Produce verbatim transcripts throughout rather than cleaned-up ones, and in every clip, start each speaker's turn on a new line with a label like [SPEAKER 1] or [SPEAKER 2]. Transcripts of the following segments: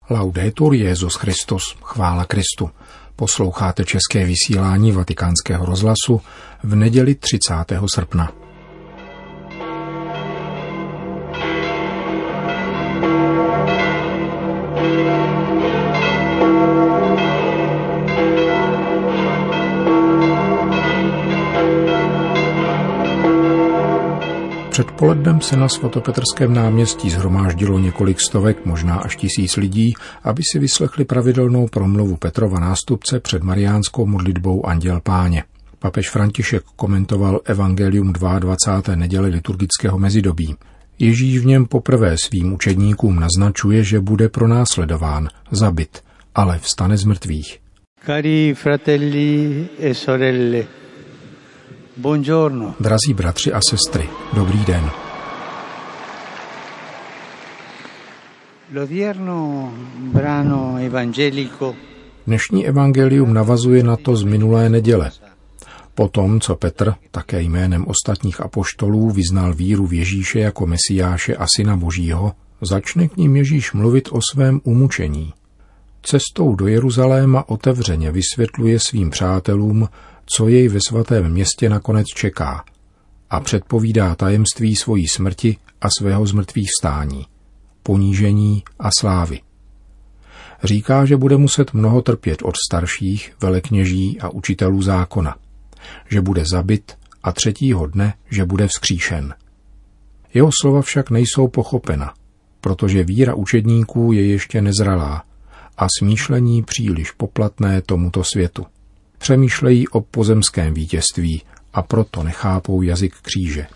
[SPEAKER 1] Laudetur Jesus Christus, chvála Kristu. Posloucháte české vysílání Vatikánského rozhlasu v neděli třicátého srpna. Předpolednem se na svatopetrském náměstí shromáždilo několik stovek, možná až tisíc lidí, aby si vyslechli pravidelnou promluvu Petrova nástupce před mariánskou modlitbou Anděl Páně. Papež František komentoval evangelium dvacáté druhé neděle liturgického mezidobí. Ježíš v něm poprvé svým učedníkům naznačuje, že bude pronásledován, zabit, ale vstane z mrtvých.
[SPEAKER 2] Cari fratelli e sorelle, buongiorno.
[SPEAKER 1] Drazí bratři a sestry, dobrý den.
[SPEAKER 2] L'odierno brano evangelico.
[SPEAKER 1] Dnešní evangelium navazuje na to z minulé neděle. Potom, co Petr, také jménem ostatních apoštolů, vyznal víru v Ježíše jako Mesiáše a Syna Božího, začne k ním Ježíš mluvit o svém umučení. Cestou do Jeruzaléma otevřeně vysvětluje svým přátelům, co jej ve svatém městě nakonec čeká, a předpovídá tajemství svojí smrti a svého zmrtvýchvstání, ponížení a slávy. Říká, že bude muset mnoho trpět od starších, velekněží a učitelů zákona, že bude zabit a třetího dne, že bude vzkříšen. Jeho slova však nejsou pochopena, protože víra učedníků je ještě nezralá a smýšlení příliš poplatné tomuto světu. Přemýšlejí o pozemském vítězství a proto nechápou jazyk kříže.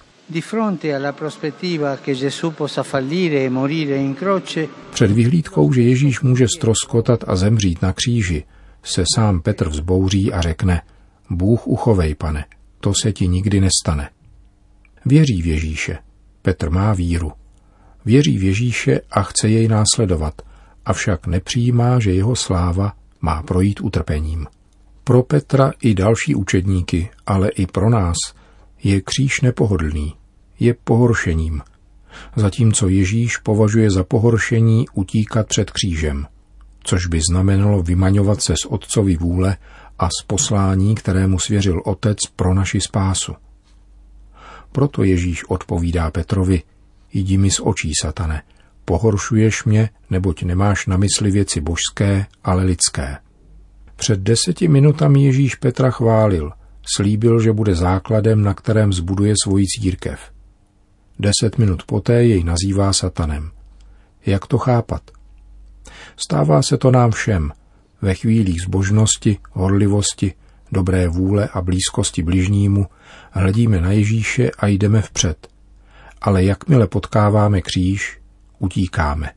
[SPEAKER 1] Před vyhlídkou, že Ježíš může ztroskotat a zemřít na kříži, se sám Petr vzbouří a řekne: Bůh uchovej, Pane, to se ti nikdy nestane. Věří v Ježíše. Petr má víru. Věří v Ježíše a chce jej následovat, avšak nepřijímá, že jeho sláva má projít utrpením. Pro Petra i další učedníky, ale i pro nás, je kříž nepohodlný, je pohoršením, zatímco Ježíš považuje za pohoršení utíkat před křížem, což by znamenalo vymaňovat se z Otcovy vůle a z poslání, kterému svěřil Otec pro naši spásu. Proto Ježíš odpovídá Petrovi: Jdi mi z očí, satane, pohoršuješ mě, neboť nemáš na mysli věci božské, ale lidské. Před deseti minutami Ježíš Petra chválil, slíbil, že bude základem, na kterém zbuduje svoji církev. Deset minut poté jej nazývá satanem. Jak to chápat? Stává se to nám všem, ve chvílích zbožnosti, horlivosti, dobré vůle a blízkosti bližnímu, hledíme na Ježíše a jdeme vpřed. Ale jakmile potkáváme kříž, utíkáme.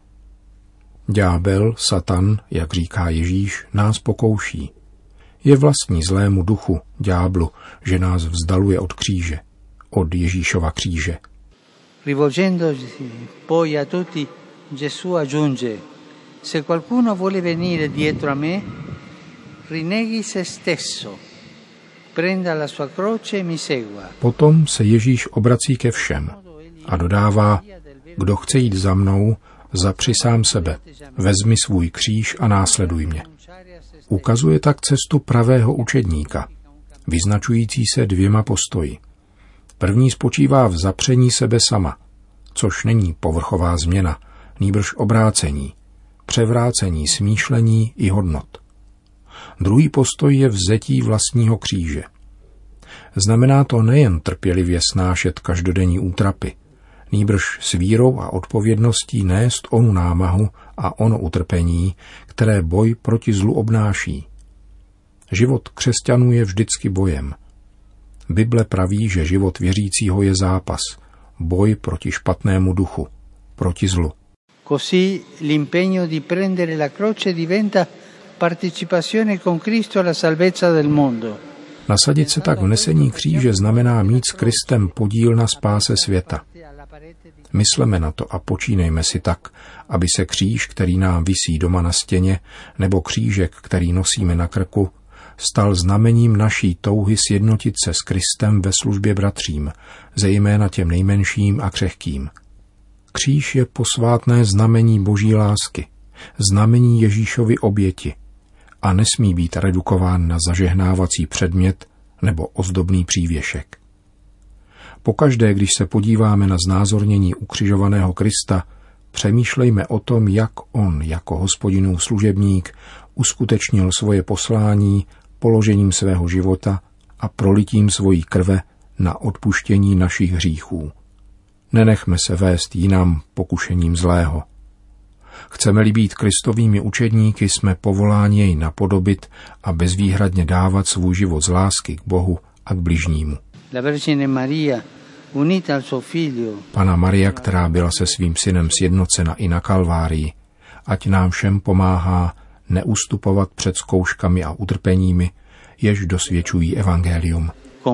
[SPEAKER 1] Ďábel, Satan, jak říká Ježíš, nás pokouší. Je vlastní zlému duchu, ďáblu, že nás vzdaluje od kříže, od Ježíšova kříže.
[SPEAKER 2] Rivolgendosi poi a tutti, Gesù aggiunge: Se qualcuno vuole venire dietro a me, rinneghi se stesso, prenda la sua croce e mi segua.
[SPEAKER 1] Potom se Ježíš obrací ke všem a dodává: Kdo chce jít za mnou, zapři sám sebe, vezmi svůj kříž a následuj mě. Ukazuje tak cestu pravého učedníka, vyznačující se dvěma postoji. První spočívá v zapření sebe sama, což není povrchová změna, nýbrž obrácení, převrácení smýšlení i hodnot. Druhý postoj je vzetí vlastního kříže. Znamená to nejen trpělivě snášet každodenní útrapy, nýbrž s vírou a odpovědností nést onu námahu a ono utrpení, které boj proti zlu obnáší. Život křesťanů je vždycky bojem. Bible praví, že život věřícího je zápas, boj proti špatnému duchu, proti zlu.
[SPEAKER 2] Così l'impegno di prendere la croce diventa partecipazione con Cristo alla salvezza del mondo.
[SPEAKER 1] Nasadit se tak v nesení kříže znamená mít s Kristem podíl na spáse světa. Mysleme na to a počínejme si tak, aby se kříž, který nám visí doma na stěně, nebo křížek, který nosíme na krku, stal znamením naší touhy sjednotit se s Kristem ve službě bratřím, zejména těm nejmenším a křehkým. Kříž je posvátné znamení Boží lásky, znamení Ježíšovy oběti a nesmí být redukován na zažehnávací předmět nebo ozdobný přívěšek. Pokaždé, když se podíváme na znázornění ukřižovaného Krista, přemýšlejme o tom, jak on jako Hospodinův služebník uskutečnil svoje poslání položením svého života a prolitím svojí krve na odpuštění našich hříchů. Nenechme se vést jinam pokušením zlého. Chceme-li být Kristovými učedníky, jsme povoláni jej napodobit a bezvýhradně dávat svůj život z lásky k Bohu a k bližnímu. Panna Maria, která byla se svým synem sjednocena i na Kalvárii, ať nám všem pomáhá neustupovat před zkouškami a utrpeními, jež dosvědčují evangelium.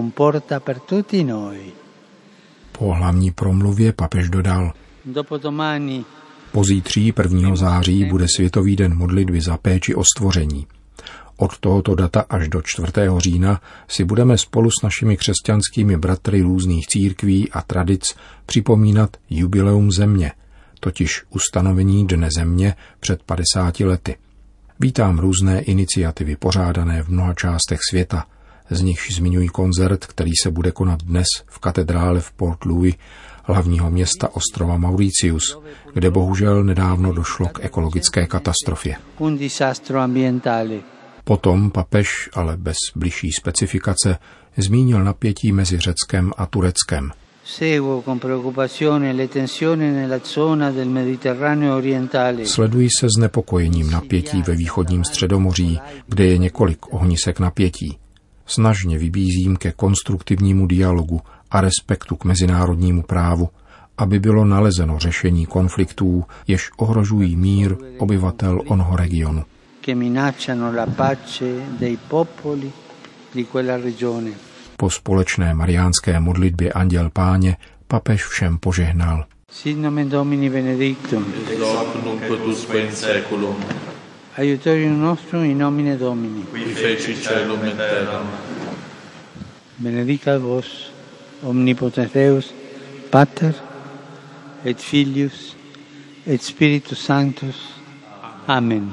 [SPEAKER 1] Po hlavní promluvě papež dodal: Pozítří prvního září bude Světový den modlitby za péči o stvoření. Od tohoto data až do čtvrtého října si budeme spolu s našimi křesťanskými bratry různých církví a tradic připomínat jubileum země, totiž ustanovení Dne země před padesáti lety. Vítám různé iniciativy pořádané v mnoha částech světa, z nichž zmiňují koncert, který se bude konat dnes v katedrále v Port Louis, hlavního města ostrova Mauritius, kde bohužel nedávno došlo k ekologické katastrofě. Potom papež, ale bez bližší specifikace, zmínil napětí mezi Řeckem a Tureckem. Sledují se znepokojením napětí ve východním Středomoří, kde je několik ohnisek napětí. Snažně vybízím ke konstruktivnímu dialogu a respektu k mezinárodnímu právu, aby bylo nalezeno řešení konfliktů, jež ohrožují mír obyvatel onoho regionu. Po společné mariánské modlitbě Anděl Páně papež všem požehnal.
[SPEAKER 2] Sit nomen Domini benedictum.
[SPEAKER 3] Ex hoc nunc et usque in saeculum.
[SPEAKER 2] Aiutorium nostrum in nomine Domini.
[SPEAKER 3] Qui feci caelum et terram.
[SPEAKER 2] Benedicat vos omnipotens Deus, Pater et Filius et Spiritus Sanctus. Amen.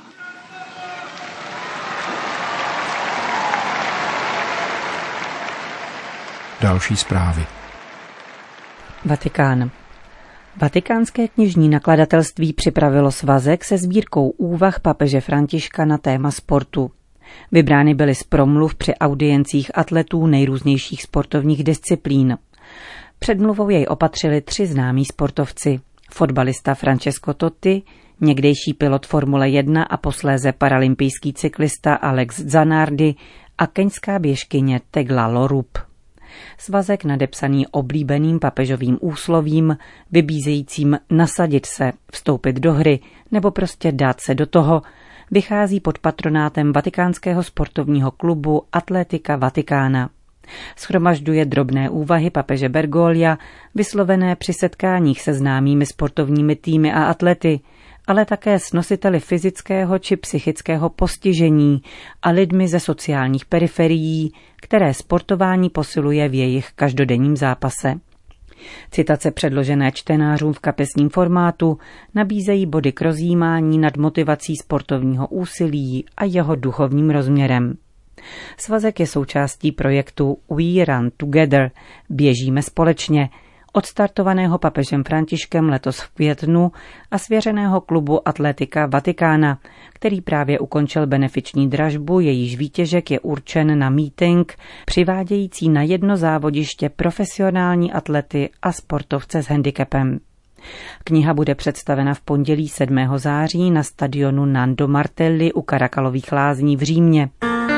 [SPEAKER 1] Další zprávy.
[SPEAKER 4] Vatikán. Vatikánské knižní nakladatelství připravilo svazek se sbírkou úvah papeže Františka na téma sportu. Vybrány byly z promluv při audiencích atletů nejrůznějších sportovních disciplín. Předmluvou jej opatřili tři známí sportovci. Fotbalista Francesco Totti, někdejší pilot Formule jedna a posléze paralympijský cyklista Alex Zanardi a keňská běžkyně Tegla Lorup. Svazek nadepsaný oblíbeným papežovým úslovím, vybízejícím nasadit se, vstoupit do hry nebo prostě dát se do toho, vychází pod patronátem vatikánského sportovního klubu Atletica Vatikána. Shromažďuje drobné úvahy papeže Bergoglio, vyslovené při setkáních se známými sportovními týmy a atlety, ale také s nositeli fyzického či psychického postižení a lidmi ze sociálních periferií, které sportování posiluje v jejich každodenním zápase. Citace předložené čtenářům v kapesním formátu nabízejí body k rozjímání nad motivací sportovního úsilí a jeho duchovním rozměrem. Svazek je součástí projektu We Run Together, běžíme společně, odstartovaného papežem Františkem letos v květnu a svěřeného klubu Atletica Vatikána, který právě ukončil benefiční dražbu, jejíž výtěžek je určen na meeting, přivádějící na jedno závodiště profesionální atlety a sportovce s handicapem. Kniha bude představena v pondělí sedmého září na stadionu Nando Martelli u Karakalových lázní v Římě.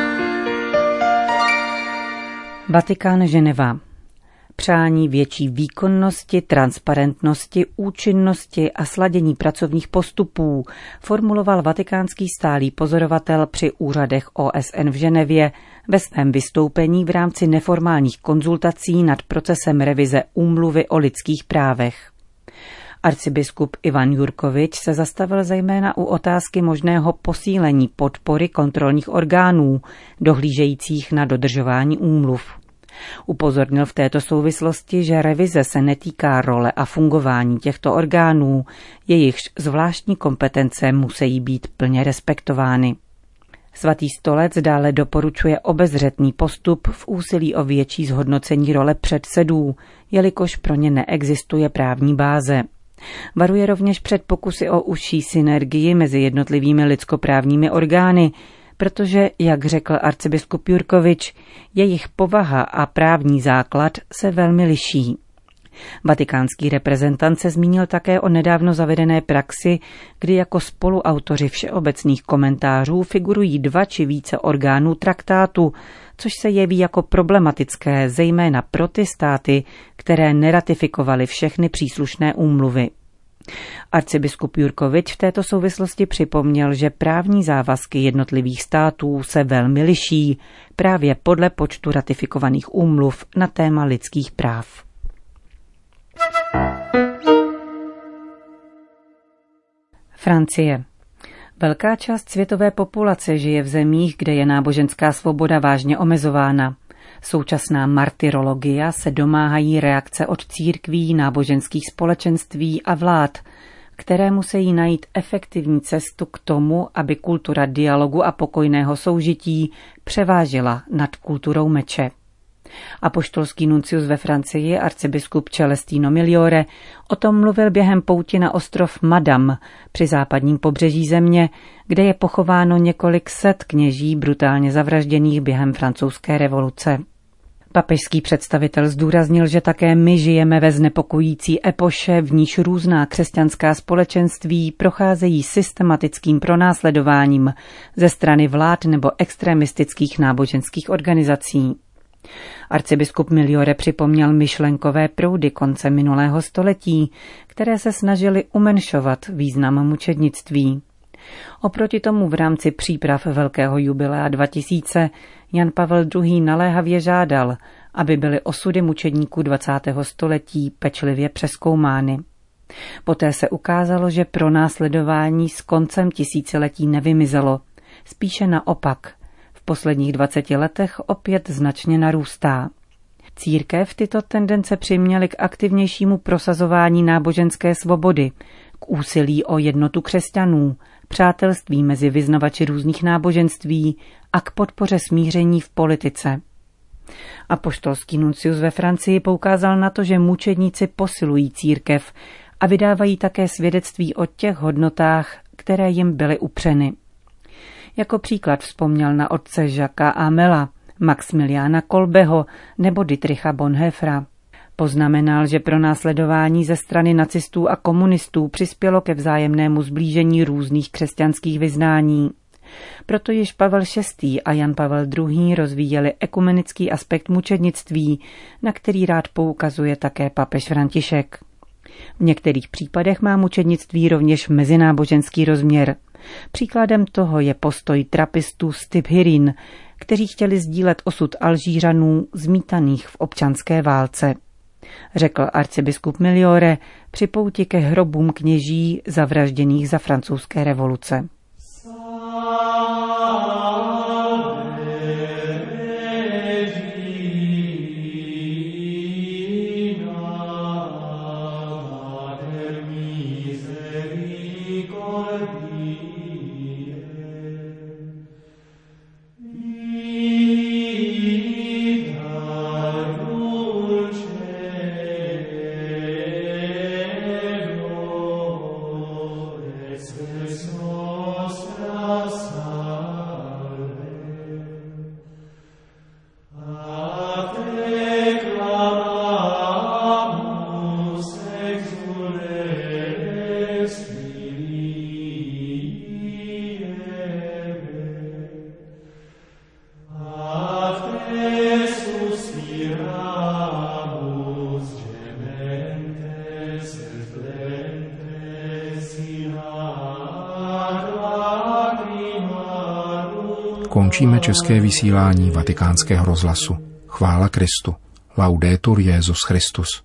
[SPEAKER 4] Vatikán Ženeva. Přání větší výkonnosti, transparentnosti, účinnosti a sladění pracovních postupů formuloval vatikánský stálý pozorovatel při úřadech O S N v Ženevě ve svém vystoupení v rámci neformálních konzultací nad procesem revize úmluvy o lidských právech. Arcibiskup Ivan Jurkovič se zastavil zejména u otázky možného posílení podpory kontrolních orgánů, dohlížejících na dodržování úmluv. Upozornil v této souvislosti, že revize se netýká role a fungování těchto orgánů, jejichž zvláštní kompetence musí být plně respektovány. Svatý stolec dále doporučuje obezřetný postup v úsilí o větší zhodnocení role předsedů, jelikož pro ně neexistuje právní báze. Varuje rovněž před pokusy o užší synergii mezi jednotlivými lidskoprávními orgány, protože, jak řekl arcibiskup Jurkovič, jejich povaha a právní základ se velmi liší. Vatikánský reprezentant se zmínil také o nedávno zavedené praxi, kdy jako spoluautoři všeobecných komentářů figurují dva či více orgánů traktátu, což se jeví jako problematické, zejména pro ty státy, které neratifikovaly všechny příslušné úmluvy. Arcibiskup Jurkovič v této souvislosti připomněl, že právní závazky jednotlivých států se velmi liší právě podle počtu ratifikovaných úmluv na téma lidských práv. Francie. Velká část světové populace žije v zemích, kde je náboženská svoboda vážně omezována. Současná martyrologia se domáhají reakce od církví, náboženských společenství a vlád, které musí najít efektivní cestu k tomu, aby kultura dialogu a pokojného soužití převážila nad kulturou meče. Apoštolský nuncius ve Francii, arcibiskup Celestino Migliore, o tom mluvil během pouti na ostrov Madame při západním pobřeží země, kde je pochováno několik set kněží brutálně zavražděných během francouzské revoluce. Papežský představitel zdůraznil, že také my žijeme ve znepokojící epoše, v níž různá křesťanská společenství procházejí systematickým pronásledováním ze strany vlád nebo extremistických náboženských organizací. Arcibiskup Migliore připomněl myšlenkové proudy konce minulého století, které se snažily umenšovat význam mučednictví. Oproti tomu v rámci příprav Velkého jubilea dva tisíce Jan Pavel druhý. Naléhavě žádal, aby byly osudy mučedníků dvacátého století pečlivě přezkoumány. Poté se ukázalo, že pronásledování s koncem tisíciletí nevymizelo, spíše naopak. V posledních dvaceti letech opět značně narůstá. Církev tyto tendence přiměly k aktivnějšímu prosazování náboženské svobody, k úsilí o jednotu křesťanů, přátelství mezi vyznavači různých náboženství a k podpoře smíření v politice. Apoštolský nuncius ve Francii poukázal na to, že mučedníci posilují církev a vydávají také svědectví o těch hodnotách, které jim byly upřeny. Jako příklad vzpomněl na otce Jacquesa Amela, Maximiliána Kolbeho nebo Dietricha Bonhoeffera. Poznamenal, že pronásledování ze strany nacistů a komunistů přispělo ke vzájemnému sblížení různých křesťanských vyznání. Proto již Pavel šestý. A Jan Pavel druhý. Rozvíjeli ekumenický aspekt mučednictví, na který rád poukazuje také papež František. V některých případech má mučednictví rovněž mezináboženský rozměr. Příkladem toho je postoj trapistů z Tibhirin, kteří chtěli sdílet osud Alžířanů zmítaných v občanské válce. Řekl arcibiskup Migliore při pouti ke hrobům kněží zavražděných za francouzské revoluce.
[SPEAKER 1] Končíme české vysílání Vatikánského rozhlasu. Chvála Kristu. Laudetur Jesus Christus.